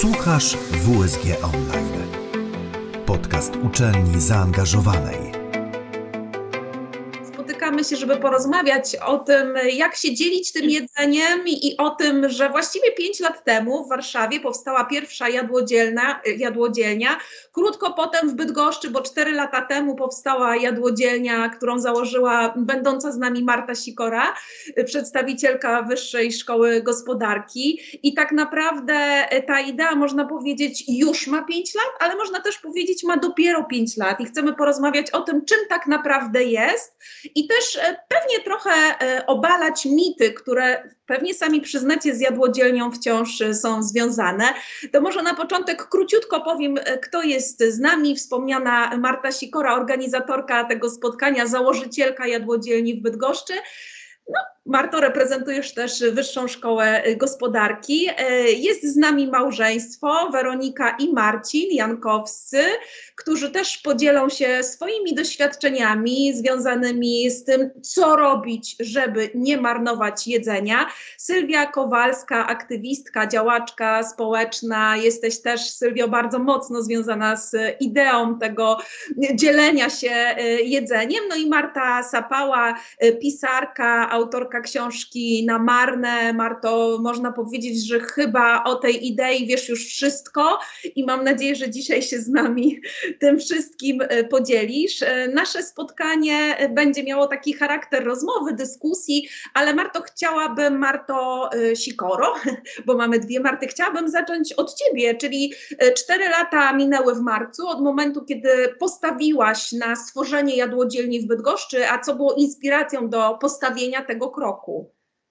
Słuchasz WSG Online. Podcast uczelni zaangażowanej. Spotykamy się, żeby porozmawiać o tym, jak się dzielić tym jedzeniem i o tym, że właściwie 5 lat temu w Warszawie powstała pierwsza jadłodzielnia. Krótko potem w Bydgoszczy, bo 4 lata temu powstała jadłodzielnia, którą założyła będąca z nami Marta Sikora, przedstawicielka Wyższej Szkoły Gospodarki. I tak naprawdę ta idea, można powiedzieć, już ma 5 lat, ale można też powiedzieć, ma dopiero 5 lat. I chcemy porozmawiać o tym, czym tak naprawdę jest. I też pewnie trochę obalać mity, które pewnie sami przyznacie z jadłodzielnią wciąż są związane. To może na początek króciutko powiem, kto jest z nami. Wspomniana Marta Sikora, organizatorka tego spotkania, założycielka jadłodzielni w Bydgoszczy. Marto, reprezentujesz też Wyższą Szkołę Gospodarki. Jest z nami małżeństwo, Weronika i Marcin Jankowscy, którzy też podzielą się swoimi doświadczeniami związanymi z tym, co robić, żeby nie marnować jedzenia. Sylwia Kowalska, aktywistka, działaczka społeczna. Jesteś też, Sylwio, bardzo mocno związana z ideą tego dzielenia się jedzeniem. No i Marta Sapała, pisarka, autorka książki Na marne. Marto, można powiedzieć, że chyba o tej idei wiesz już wszystko i mam nadzieję, że dzisiaj się z nami tym wszystkim podzielisz. Nasze spotkanie będzie miało taki charakter rozmowy, dyskusji, ale Marto Sikoro, bo mamy dwie Marty, chciałabym zacząć od ciebie, czyli 4 lata minęły w marcu od momentu, kiedy postawiłaś na stworzenie jadłodzielni w Bydgoszczy, a co było inspiracją do postawienia tego kroku?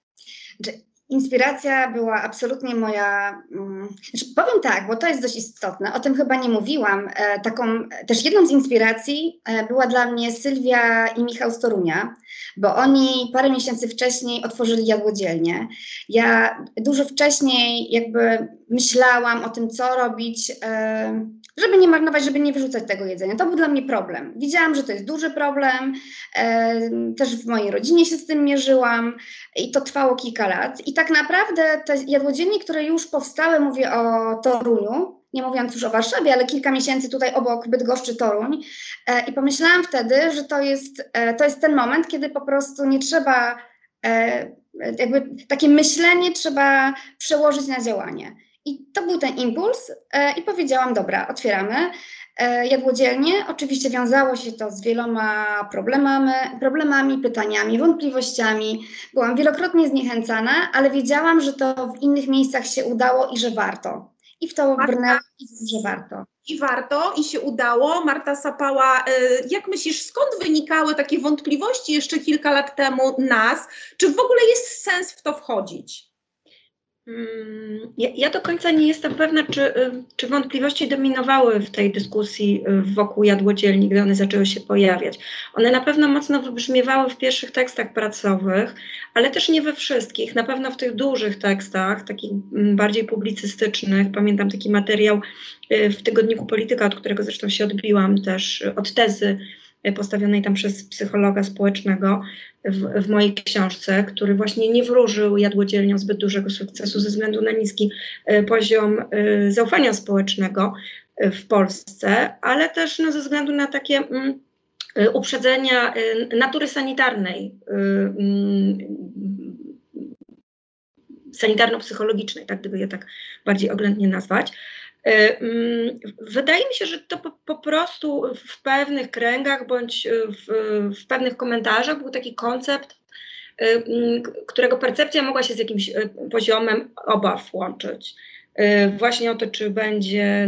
Inspiracja była absolutnie moja, powiem tak, bo to jest dość istotne, o tym chyba nie mówiłam, też jedną z inspiracji była dla mnie Sylwia i Michał z Torunia, bo oni parę miesięcy wcześniej otworzyli jadłodzielnię. Ja dużo wcześniej jakby myślałam o tym, co robić, żeby nie marnować, żeby nie wyrzucać tego jedzenia. To był dla mnie problem. Widziałam, że to jest duży problem, też w mojej rodzinie się z tym mierzyłam i to trwało kilka lat. I tak naprawdę te jadłodzielnie, które już powstały, mówię o Toruniu, nie mówiąc już o Warszawie, ale kilka miesięcy tutaj obok Bydgoszczy, Toruń. I pomyślałam wtedy, że to jest ten moment, kiedy po prostu nie trzeba, jakby takie myślenie trzeba przełożyć na działanie. I to był ten impuls i powiedziałam, dobra, otwieramy jadłodzielnię. Oczywiście wiązało się to z wieloma problemami, pytaniami, wątpliwościami. Byłam wielokrotnie zniechęcana, ale wiedziałam, że to w innych miejscach się udało i że warto. I w to brnęłam, że warto. I warto, i się udało. Marta Sapała, jak myślisz, skąd wynikały takie wątpliwości jeszcze kilka lat temu nas? Czy w ogóle jest sens w to wchodzić? Ja do końca nie jestem pewna, czy wątpliwości dominowały w tej dyskusji wokół jadłodzielni, gdy one zaczęły się pojawiać. One na pewno mocno wybrzmiewały w pierwszych tekstach pracowych, ale też nie we wszystkich. Na pewno w tych dużych tekstach, takich bardziej publicystycznych. Pamiętam taki materiał w tygodniku Polityka, od którego zresztą się odbiłam też, od tezy postawionej tam przez psychologa społecznego w mojej książce, który właśnie nie wróżył jadłodzielniom zbyt dużego sukcesu ze względu na niski poziom zaufania społecznego w Polsce, no, ze względu na takie uprzedzenia natury sanitarnej, sanitarno-psychologicznej, tak gdyby je tak bardziej oględnie nazwać. Wydaje mi się, że to po prostu w pewnych kręgach bądź w pewnych komentarzach był taki koncept, którego percepcja mogła się z jakimś poziomem obaw łączyć. Właśnie o to, czy będzie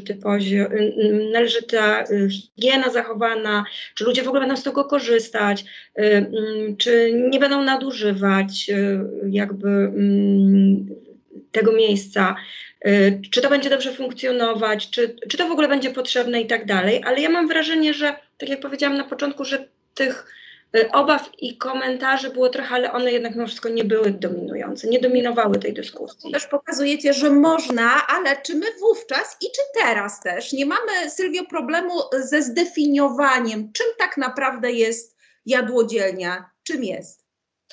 należyta higiena zachowana, czy ludzie w ogóle będą z tego korzystać, czy nie będą nadużywać tego miejsca, czy to będzie dobrze funkcjonować, czy to w ogóle będzie potrzebne i tak dalej. Ale ja mam wrażenie, że tak jak powiedziałam na początku, że tych obaw i komentarzy było trochę, ale one jednak mimo wszystko nie były dominujące, nie dominowały tej dyskusji. Też pokazujecie, że można, ale czy my wówczas i czy teraz też nie mamy, Sylwio, problemu ze zdefiniowaniem, czym tak naprawdę jest jadłodzielnia, czym jest?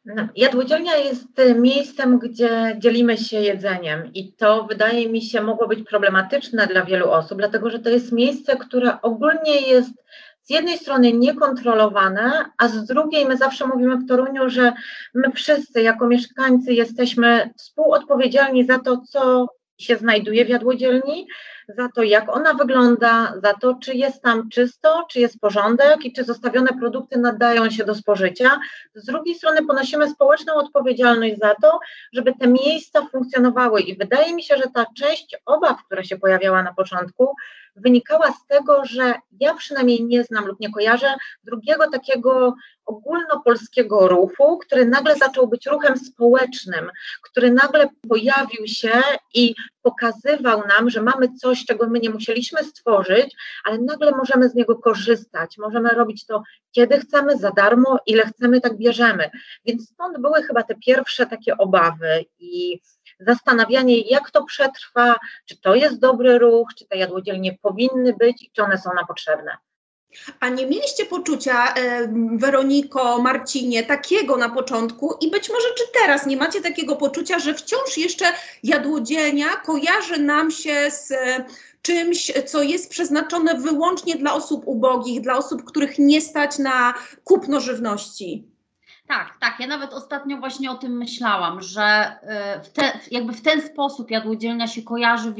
Jadłodzielnia jest miejscem, gdzie dzielimy się jedzeniem i to wydaje mi się mogło być problematyczne dla wielu osób, dlatego że to jest miejsce, które ogólnie jest z jednej strony niekontrolowane, a z drugiej my zawsze mówimy w Toruniu, że my wszyscy jako mieszkańcy jesteśmy współodpowiedzialni za to, co się znajduje w jadłodzielni, za to, jak ona wygląda, za to, czy jest tam czysto, czy jest porządek i czy zostawione produkty nadają się do spożycia. Z drugiej strony ponosimy społeczną odpowiedzialność za to, żeby te miejsca funkcjonowały i wydaje mi się, że ta część obaw, która się pojawiała na początku, wynikała z tego, że ja przynajmniej nie znam lub nie kojarzę drugiego takiego ogólnopolskiego ruchu, który nagle zaczął być ruchem społecznym, który nagle pojawił się i pokazywał nam, że mamy coś, czego my nie musieliśmy stworzyć, ale nagle możemy z niego korzystać, możemy robić to kiedy chcemy, za darmo, ile chcemy, tak bierzemy. Więc stąd były chyba te pierwsze takie obawy i zastanawianie, jak to przetrwa, czy to jest dobry ruch, czy te jadłodzielnie powinny być i czy one są nam potrzebne. A nie mieliście poczucia, Weroniko, Marcinie, takiego na początku i być może czy teraz nie macie takiego poczucia, że wciąż jeszcze jadłodzielnia kojarzy nam się z czymś, co jest przeznaczone wyłącznie dla osób ubogich, dla osób, których nie stać na kupno żywności? Tak. Ja nawet ostatnio właśnie o tym myślałam, że w ten sposób jadłodzielnia się kojarzy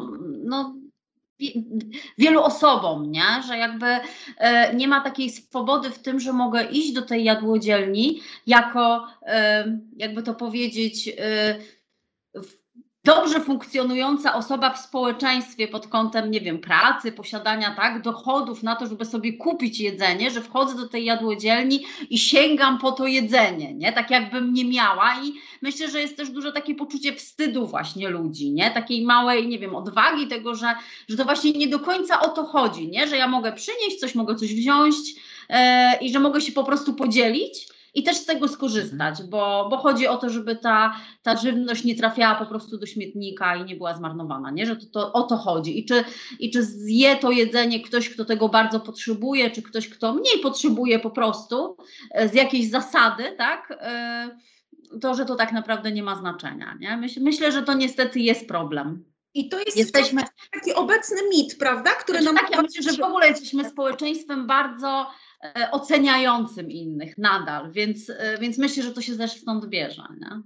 wielu osobom, nie? Że jakby nie ma takiej swobody w tym, że mogę iść do tej jadłodzielni jako, jakby to powiedzieć, dobrze funkcjonująca osoba w społeczeństwie pod kątem, nie wiem, pracy, posiadania dochodów na to, żeby sobie kupić jedzenie, że wchodzę do tej jadłodzielni i sięgam po to jedzenie, nie? Tak jakbym nie miała i myślę, że jest też duże takie poczucie wstydu właśnie ludzi, nie? Takiej małej, nie wiem, odwagi tego, że to właśnie nie do końca o to chodzi, nie? Że ja mogę przynieść coś, mogę coś wziąć i że mogę się po prostu podzielić. I też z tego skorzystać, bo chodzi o to, żeby ta żywność nie trafiała po prostu do śmietnika i nie była zmarnowana, nie? Że to o to chodzi. I czy zje to jedzenie ktoś, kto tego bardzo potrzebuje, czy ktoś, kto mniej potrzebuje po prostu z jakiejś zasady, tak? To, że to tak naprawdę nie ma znaczenia, nie? Myślę, że to niestety jest problem. I to jest taki obecny mit, prawda? Który nam... Ja myślę, że w ogóle jesteśmy społeczeństwem bardzo oceniającym innych nadal, więc myślę, że to się też stąd bierze. Nie?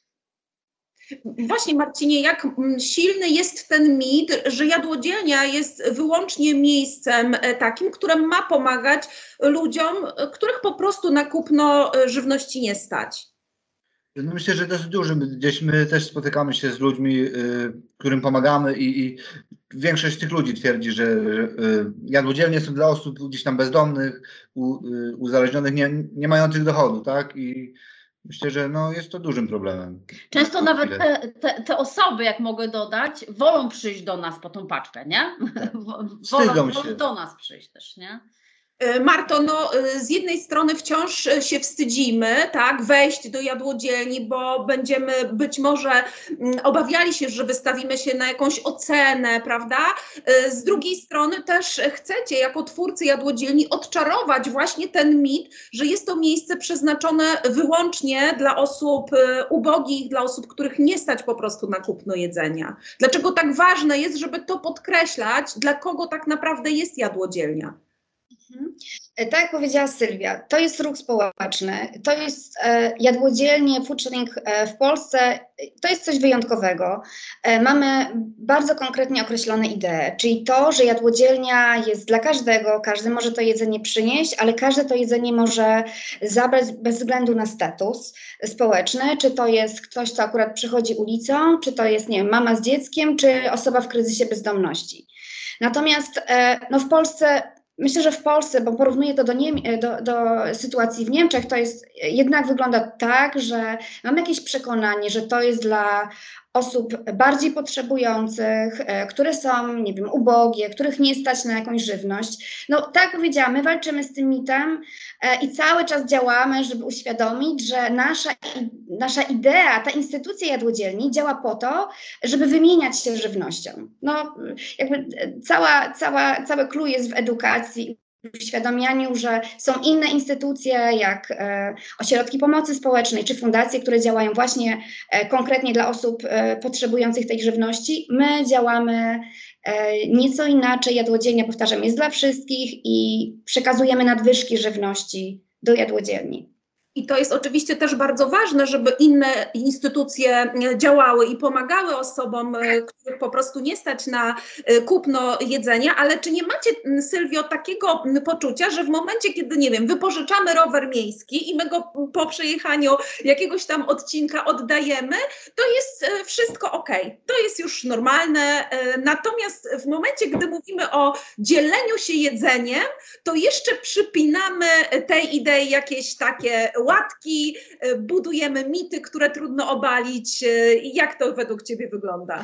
Właśnie, Marcinie, jak silny jest ten mit, że jadłodzielnia jest wyłącznie miejscem takim, które ma pomagać ludziom, których po prostu na kupno żywności nie stać? No myślę, że dosyć duży. Gdzieś my też spotykamy się z ludźmi, którym pomagamy i większość tych ludzi twierdzi, że jadłodzielnie są dla osób gdzieś tam bezdomnych, uzależnionych, nie mających dochodu, tak? I myślę, że jest to dużym problemem. Często nawet te osoby, jak mogę dodać, wolą przyjść do nas po tą paczkę, nie? Wolą do nas przyjść też, nie? Marto, z jednej strony wciąż się wstydzimy, tak, wejść do jadłodzielni, bo będziemy być może obawiali się, że wystawimy się na jakąś ocenę, prawda? Z drugiej strony też chcecie jako twórcy jadłodzielni odczarować właśnie ten mit, że jest to miejsce przeznaczone wyłącznie dla osób ubogich, dla osób, których nie stać po prostu na kupno jedzenia. Dlaczego tak ważne jest, żeby to podkreślać, dla kogo tak naprawdę jest jadłodzielnia? Tak jak powiedziała Sylwia, to jest ruch społeczny, to jest jadłodzielnie, foodsharing w Polsce, to jest coś wyjątkowego. Mamy bardzo konkretnie określone idee, czyli to, że jadłodzielnia jest dla każdego, każdy może to jedzenie przynieść, ale każdy to jedzenie może zabrać bez względu na status społeczny, czy to jest ktoś, kto akurat przychodzi ulicą, czy to jest, nie wiem, mama z dzieckiem, czy osoba w kryzysie bezdomności. Natomiast w Polsce, myślę, że w Polsce, bo porównuję to do sytuacji w Niemczech, to jest jednak wygląda tak, że mam jakieś przekonanie, że to jest dla osób bardziej potrzebujących, które są, nie wiem, ubogie, których nie stać na jakąś żywność. Tak jak powiedziałam, my walczymy z tym mitem i cały czas działamy, żeby uświadomić, że nasza idea, ta instytucja jadłodzielni działa po to, żeby wymieniać się żywnością. Jakby cały clue jest w edukacji, uświadamianiu, że są inne instytucje jak ośrodki pomocy społecznej czy fundacje, które działają właśnie konkretnie dla osób potrzebujących tej żywności. My działamy nieco inaczej. Jadłodzielnia, powtarzam, jest dla wszystkich i przekazujemy nadwyżki żywności do jadłodzielni. I to jest oczywiście też bardzo ważne, żeby inne instytucje działały i pomagały osobom, których po prostu nie stać na kupno jedzenia, ale czy nie macie, Sylwio, takiego poczucia, że w momencie, kiedy, nie wiem, wypożyczamy rower miejski i my go po przejechaniu jakiegoś tam odcinka oddajemy, to jest wszystko okej, to jest już normalne, natomiast w momencie, gdy mówimy o dzieleniu się jedzeniem, to jeszcze przypinamy tej idei jakieś takie łatki, budujemy mity, które trudno obalić. Jak to według Ciebie wygląda?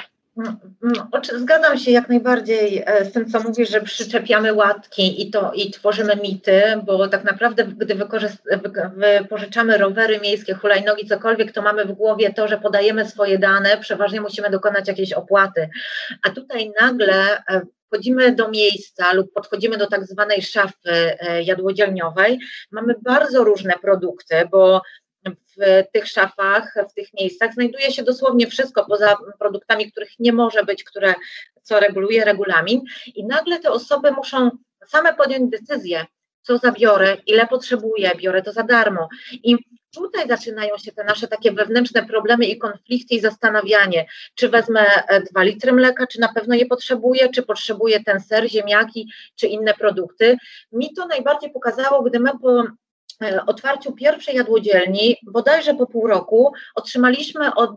Zgadzam się jak najbardziej z tym, co mówisz, że przyczepiamy łatki i tworzymy mity, bo tak naprawdę, gdy wypożyczamy rowery miejskie, hulajnogi, cokolwiek, to mamy w głowie to, że podajemy swoje dane, przeważnie musimy dokonać jakiejś opłaty. A tutaj nagle wchodzimy do miejsca lub podchodzimy do tak zwanej szafy jadłodzielniowej, mamy bardzo różne produkty, bo w tych szafach, w tych miejscach znajduje się dosłownie wszystko poza produktami, których nie może być, co reguluje regulamin, i nagle te osoby muszą same podjąć decyzję, co zabiorę, ile potrzebuję, biorę to za darmo. I tutaj zaczynają się te nasze takie wewnętrzne problemy i konflikty i zastanawianie, czy wezmę 2 litry mleka, czy na pewno je potrzebuję, czy potrzebuję ten ser, ziemniaki, czy inne produkty. Mi to najbardziej pokazało, gdy my po otwarciu pierwszej jadłodzielni, bodajże po pół roku, otrzymaliśmy od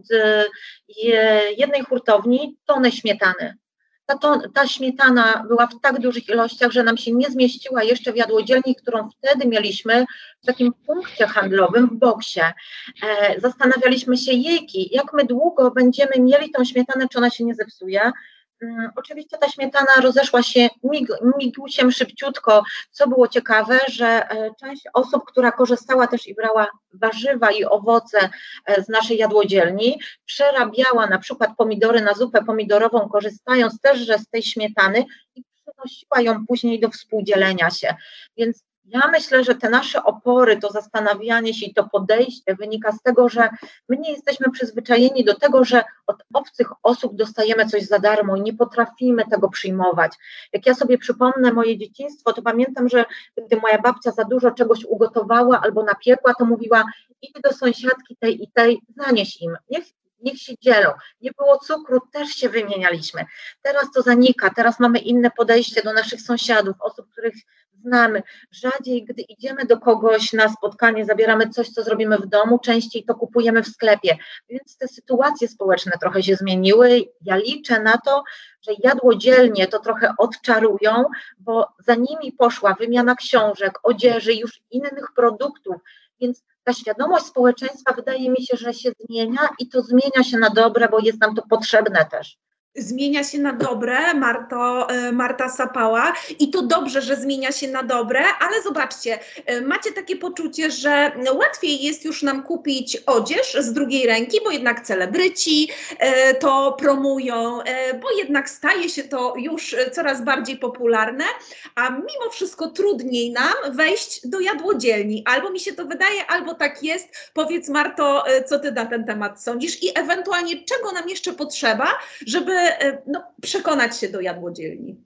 jednej hurtowni tonę śmietany. Ta śmietana była w tak dużych ilościach, że nam się nie zmieściła jeszcze w jadłodzielni, którą wtedy mieliśmy w takim punkcie handlowym w boksie. Zastanawialiśmy się, jejki, jak my długo będziemy mieli tą śmietanę, czy ona się nie zepsuje. Oczywiście ta śmietana rozeszła się migusiem szybciutko, co było ciekawe, że część osób, która korzystała też i brała warzywa i owoce z naszej jadłodzielni, przerabiała na przykład pomidory na zupę pomidorową, korzystając też z tej śmietany i przynosiła ją później do współdzielenia się. Więc ja myślę, że te nasze opory, to zastanawianie się i to podejście wynika z tego, że my nie jesteśmy przyzwyczajeni do tego, że od obcych osób dostajemy coś za darmo i nie potrafimy tego przyjmować. Jak ja sobie przypomnę moje dzieciństwo, to pamiętam, że gdy moja babcia za dużo czegoś ugotowała albo napiekła, to mówiła: idź do sąsiadki tej i tej, zanieś im, niech się dzielą. Nie było cukru, też się wymienialiśmy. Teraz to zanika, teraz mamy inne podejście do naszych sąsiadów, osób, których znamy. Rzadziej, gdy idziemy do kogoś na spotkanie, zabieramy coś, co zrobimy w domu, częściej to kupujemy w sklepie. Więc te sytuacje społeczne trochę się zmieniły. Ja liczę na to, że jadłodzielnie to trochę odczarują, bo za nimi poszła wymiana książek, odzieży, już innych produktów, więc ta świadomość społeczeństwa wydaje mi się, że się zmienia i to zmienia się na dobre, bo jest nam to potrzebne też. Zmienia się na dobre, Marta Sapała, i to dobrze, że zmienia się na dobre, ale zobaczcie, macie takie poczucie, że łatwiej jest już nam kupić odzież z drugiej ręki, bo jednak celebryci to promują, bo jednak staje się to już coraz bardziej popularne, a mimo wszystko trudniej nam wejść do jadłodzielni. Albo mi się to wydaje, albo tak jest. Powiedz, Marto, co ty na ten temat sądzisz i ewentualnie czego nam jeszcze potrzeba, żeby przekonać się do jadłodzielni?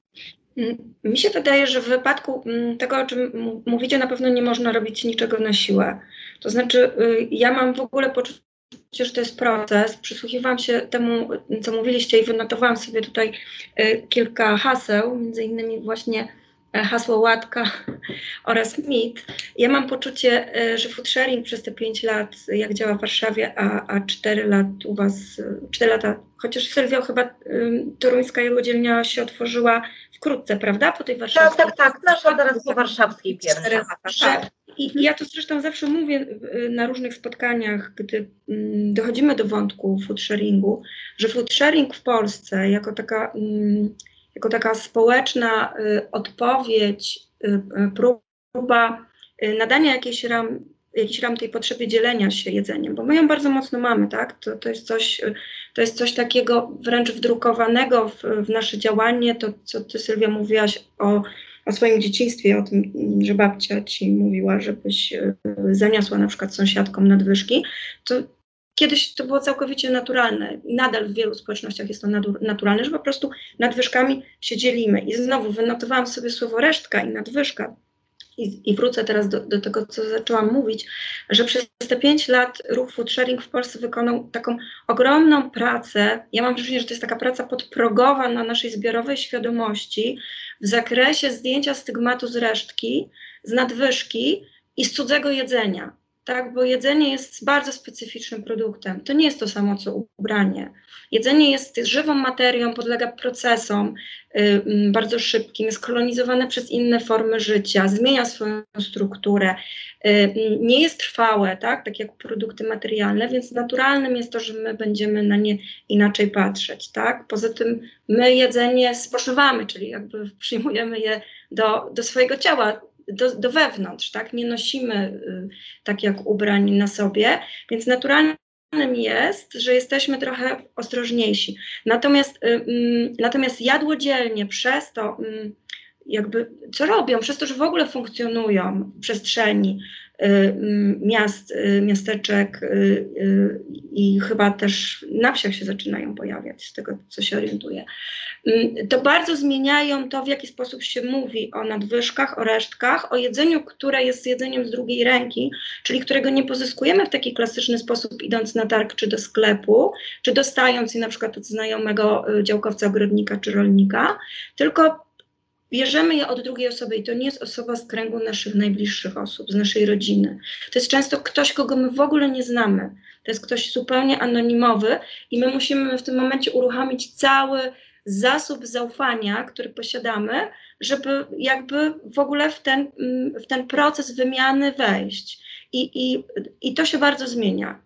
Mi się wydaje, że w wypadku tego, o czym mówicie, na pewno nie można robić niczego na siłę. To znaczy, ja mam w ogóle poczucie, że to jest proces. Przysłuchiwałam się temu, co mówiliście, i wynotowałam sobie tutaj kilka haseł, między innymi właśnie hasło łatka oraz mit. Ja mam poczucie, że food sharing przez te 5 lat, jak działa w Warszawie, a 4 lat u Was, 4 lata, chociaż Sylwio, chyba toruńska jadłodzielnia się otworzyła wkrótce, prawda? Po tej warszawskiej. Tak, nasza teraz po warszawskiej pierwsza. Tak. I ja to zresztą zawsze mówię na różnych spotkaniach, gdy dochodzimy do wątku food sharingu, że food sharing w Polsce jako taka społeczna odpowiedź, próba nadania jakichś ram tej potrzebie dzielenia się jedzeniem, bo my ją bardzo mocno mamy, tak? To jest coś takiego wręcz wdrukowanego w nasze działanie, to co ty, Sylwia, mówiłaś o swoim dzieciństwie, o tym, że babcia ci mówiła, żebyś zaniosła na przykład sąsiadkom nadwyżki, to kiedyś to było całkowicie naturalne i nadal w wielu społecznościach jest to naturalne, że po prostu nadwyżkami się dzielimy. I znowu wynotowałam sobie słowo resztka i nadwyżka. I wrócę teraz do tego, co zaczęłam mówić, że przez te 5 lat ruch food sharing w Polsce wykonał taką ogromną pracę. Ja mam wrażenie, że to jest taka praca podprogowa na naszej zbiorowej świadomości w zakresie zdjęcia stygmatu z resztki, z nadwyżki i z cudzego jedzenia. Tak, bo jedzenie jest bardzo specyficznym produktem. To nie jest to samo, co ubranie. Jedzenie jest żywą materią, podlega procesom bardzo szybkim, jest kolonizowane przez inne formy życia, zmienia swoją strukturę, nie jest trwałe, tak jak produkty materialne, więc naturalnym jest to, że my będziemy na nie inaczej patrzeć. Tak? Poza tym my jedzenie spożywamy, czyli jakby przyjmujemy je do swojego ciała, do wewnątrz, tak? Nie nosimy tak jak ubrań na sobie, więc naturalnym jest, że jesteśmy trochę ostrożniejsi. Natomiast jadłodzielnie przez to, jakby co robią, przez to, że w ogóle funkcjonują w przestrzeni miast, miasteczek i chyba też na wsiach się zaczynają pojawiać, z tego co się orientuję, to bardzo zmieniają to, w jaki sposób się mówi o nadwyżkach, o resztkach, o jedzeniu, które jest jedzeniem z drugiej ręki, czyli którego nie pozyskujemy w taki klasyczny sposób, idąc na targ czy do sklepu, czy dostając je na przykład od znajomego działkowca, ogrodnika czy rolnika, tylko bierzemy je od drugiej osoby i to nie jest osoba z kręgu naszych najbliższych osób, z naszej rodziny. To jest często ktoś, kogo my w ogóle nie znamy. To jest ktoś zupełnie anonimowy i my musimy w tym momencie uruchomić cały zasób zaufania, który posiadamy, żeby jakby w ogóle w ten proces wymiany wejść. I to się bardzo zmienia.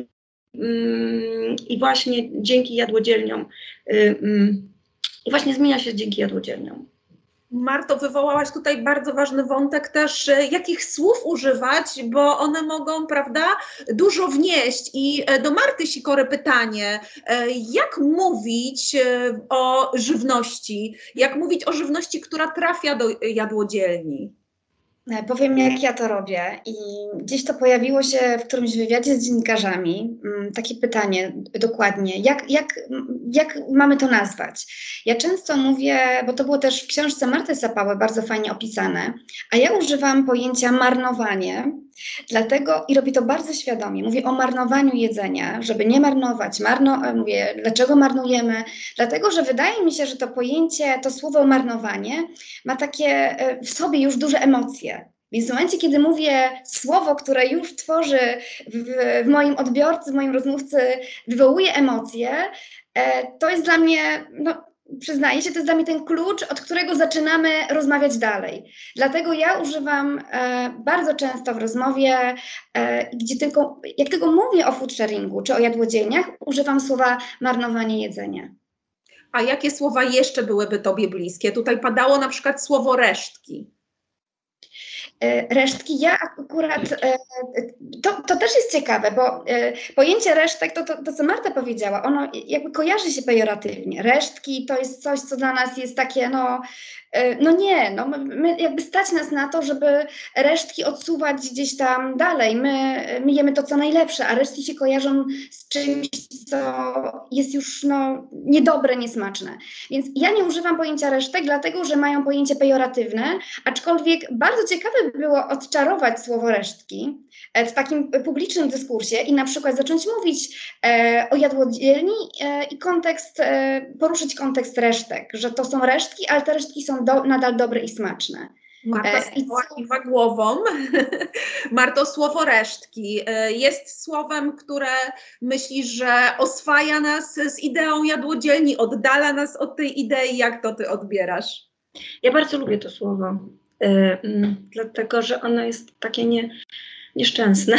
I właśnie dzięki jadłodzielniom, i właśnie zmienia się dzięki jadłodzielniom. Marto, wywołałaś tutaj bardzo ważny wątek też, jakich słów używać, bo one mogą, prawda, dużo wnieść. I do Marty Sikory pytanie, jak mówić o żywności, która trafia do jadłodzielni? Powiem, jak ja to robię i gdzieś to pojawiło się w którymś wywiadzie z dziennikarzami, takie pytanie dokładnie, jak mamy to nazwać? Ja często mówię, bo to było też w książce Marty Sapały bardzo fajnie opisane, a ja używam pojęcia marnowanie, dlatego i robię to bardzo świadomie. Mówię o marnowaniu jedzenia, żeby nie marnować. Mówię, dlaczego marnujemy? Dlatego, że wydaje mi się, że to pojęcie, to słowo marnowanie ma takie w sobie już duże emocje. Więc w momencie, kiedy mówię słowo, które już tworzy w moim odbiorcy, w moim rozmówcy, wywołuje emocje, to jest dla mnie, przyznaję się, to jest dla mnie ten klucz, od którego zaczynamy rozmawiać dalej. Dlatego ja używam bardzo często w rozmowie, jak tylko mówię o food sharingu czy o jadłodzielniach, używam słowa marnowanie jedzenia. A jakie słowa jeszcze byłyby Tobie bliskie? Tutaj padało na przykład słowo resztki. Resztki, ja akurat, to też jest ciekawe, bo pojęcie resztek, to co Marta powiedziała, ono jakby kojarzy się pejoratywnie. Resztki to jest coś, co dla nas jest takie, my jakby stać nas na to, żeby resztki odsuwać gdzieś tam dalej. My jemy to, co najlepsze, a resztki się kojarzą z czymś, co jest już niedobre, niesmaczne. Więc ja nie używam pojęcia resztek, dlatego, że mają pojęcie pejoratywne, aczkolwiek bardzo ciekawe by było odczarować słowo resztki w takim publicznym dyskursie i na przykład zacząć mówić o jadłodzielni i poruszyć kontekst resztek, że to są resztki, ale te resztki są nadal dobre i smaczne. Marta kiwa głową. Marto, słowo resztki jest słowem, które myślisz, że oswaja nas z ideą jadłodzielni, oddala nas od tej idei. Jak to ty odbierasz? Ja bardzo lubię to słowo, dlatego że ono jest takie nieszczęsne.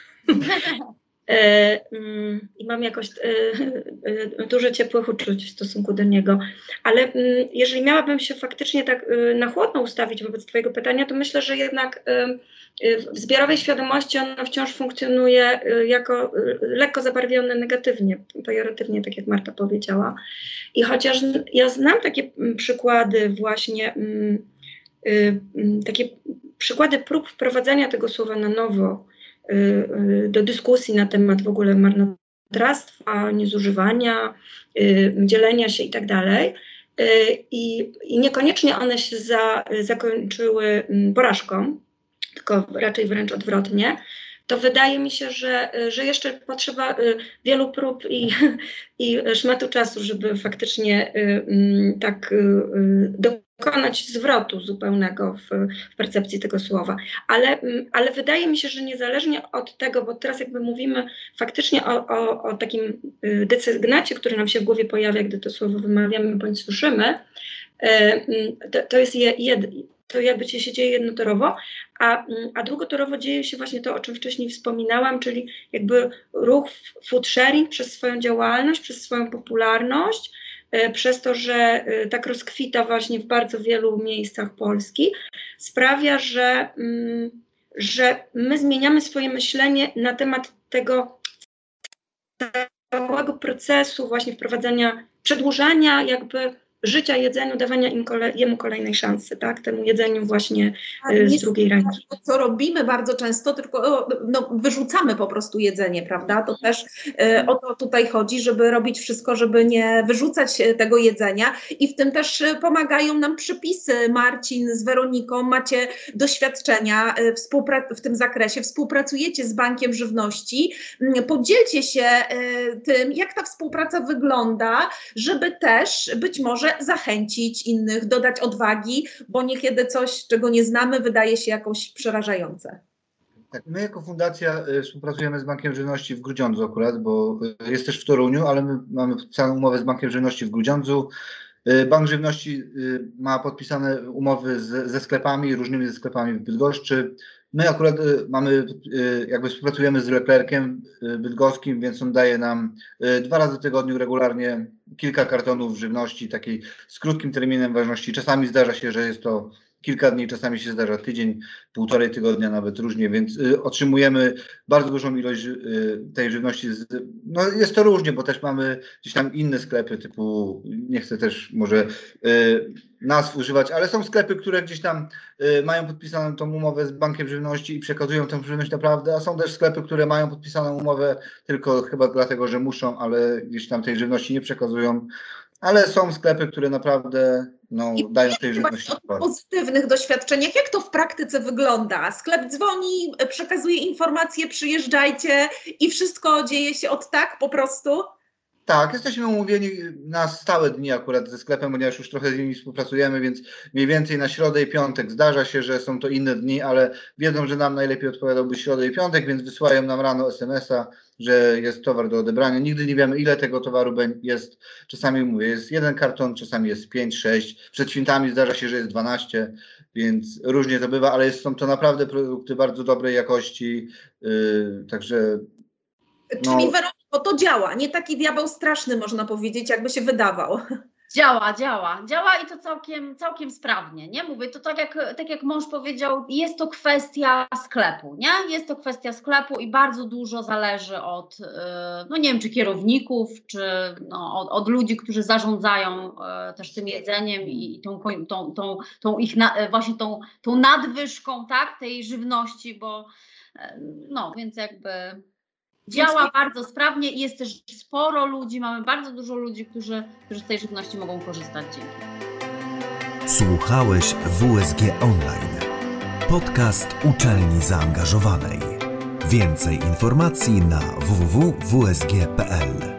I mam jakoś dużo ciepłych uczuć w stosunku do niego. Ale jeżeli miałabym się faktycznie tak na chłodno ustawić wobec twojego pytania, to myślę, że jednak w zbiorowej świadomości ono wciąż funkcjonuje jako lekko zabarwione negatywnie, pejoratywnie, tak jak Marta powiedziała. I chociaż ja znam takie przykłady właśnie takie przykłady prób wprowadzania tego słowa na nowo do dyskusji na temat w ogóle marnotrawstwa, niezużywania, dzielenia się i tak dalej. I niekoniecznie one się zakończyły porażką, tylko raczej wręcz odwrotnie. To wydaje mi się, że jeszcze potrzeba wielu prób i szmatu czasu, żeby faktycznie tak dokonać zwrotu zupełnego w percepcji tego słowa. Ale wydaje mi się, że niezależnie od tego, bo teraz jakby mówimy faktycznie o takim desygnacie, który nam się w głowie pojawia, gdy to słowo wymawiamy bądź słyszymy, to jest to jakby się dzieje jednotorowo, a długotorowo dzieje się właśnie to, o czym wcześniej wspominałam, czyli jakby ruch food sharing przez swoją działalność, przez swoją popularność, przez to, że tak rozkwita właśnie w bardzo wielu miejscach Polski, sprawia, że my zmieniamy swoje myślenie na temat tego całego procesu właśnie wprowadzania, przedłużania jakby życia jedzeniu, dawania jemu kolejnej szansy, tak? Temu jedzeniu właśnie z drugiej ręki. To, co robimy bardzo często, tylko wyrzucamy po prostu jedzenie, prawda? To też o to tutaj chodzi, żeby robić wszystko, żeby nie wyrzucać tego jedzenia i w tym też pomagają nam przepisy. Marcin z Weroniką, macie doświadczenia w tym zakresie, współpracujecie z Bankiem Żywności. Podzielcie się tym, jak ta współpraca wygląda, żeby też być może zachęcić innych, dodać odwagi, bo niekiedy coś, czego nie znamy, wydaje się jakoś przerażające. Tak, my jako fundacja współpracujemy z Bankiem Żywności w Grudziądzu akurat, bo jest też w Toruniu, ale my mamy całą umowę z Bankiem Żywności w Grudziądzu. Bank Żywności ma podpisane umowy ze sklepami, różnymi ze sklepami w Bydgoszczy. My akurat współpracujemy z Leclerciem bydgoskim, więc on daje nam 2 razy w tygodniu regularnie kilka kartonów żywności, takiej z krótkim terminem ważności. Czasami zdarza się, że jest to kilka dni, czasami się zdarza tydzień, 1,5 tygodnia, nawet różnie, więc otrzymujemy bardzo dużą ilość tej żywności. No jest to różnie, bo też mamy gdzieś tam inne sklepy typu, nie chcę też może nazw używać, ale są sklepy, które gdzieś tam mają podpisaną tą umowę z Bankiem Żywności i przekazują tę żywność naprawdę, a są też sklepy, które mają podpisaną umowę tylko chyba dlatego, że muszą, ale gdzieś tam tej żywności nie przekazują. Ale są sklepy, które naprawdę dają tej żywności. O pozytywnych doświadczeniach, jak to w praktyce wygląda? Sklep dzwoni, przekazuje informacje, przyjeżdżajcie i wszystko dzieje się od tak po prostu? Tak, jesteśmy umówieni na stałe dni akurat ze sklepem, ponieważ już trochę z nimi współpracujemy, więc mniej więcej na środę i piątek. Zdarza się, że są to inne dni, ale wiedzą, że nam najlepiej odpowiadałby środę i piątek, więc wysyłają nam rano SMS-a, że jest towar do odebrania. Nigdy nie wiemy, ile tego towaru jest. Czasami mówię, jest 1 karton, czasami jest 5, 6. Przed świętami zdarza się, że jest 12, więc różnie to bywa, ale są to naprawdę produkty bardzo dobrej jakości, także... Czyli Weroniko, to działa, nie taki diabeł straszny, można powiedzieć, jakby się wydawał. Działa i to całkiem sprawnie, nie? Mówię, to tak jak mąż powiedział, jest to kwestia sklepu, nie? Jest to kwestia sklepu i bardzo dużo zależy od, nie wiem, czy kierowników, czy od ludzi, którzy zarządzają też tym jedzeniem i tą ich właśnie tą nadwyżką, tak, tej żywności, bo więc jakby... Działa bardzo sprawnie i jest też sporo ludzi, mamy bardzo dużo ludzi, którzy z tej żywności mogą korzystać dzięki. Słuchałeś WSG Online. Podcast uczelni zaangażowanej. Więcej informacji na www.wsg.pl.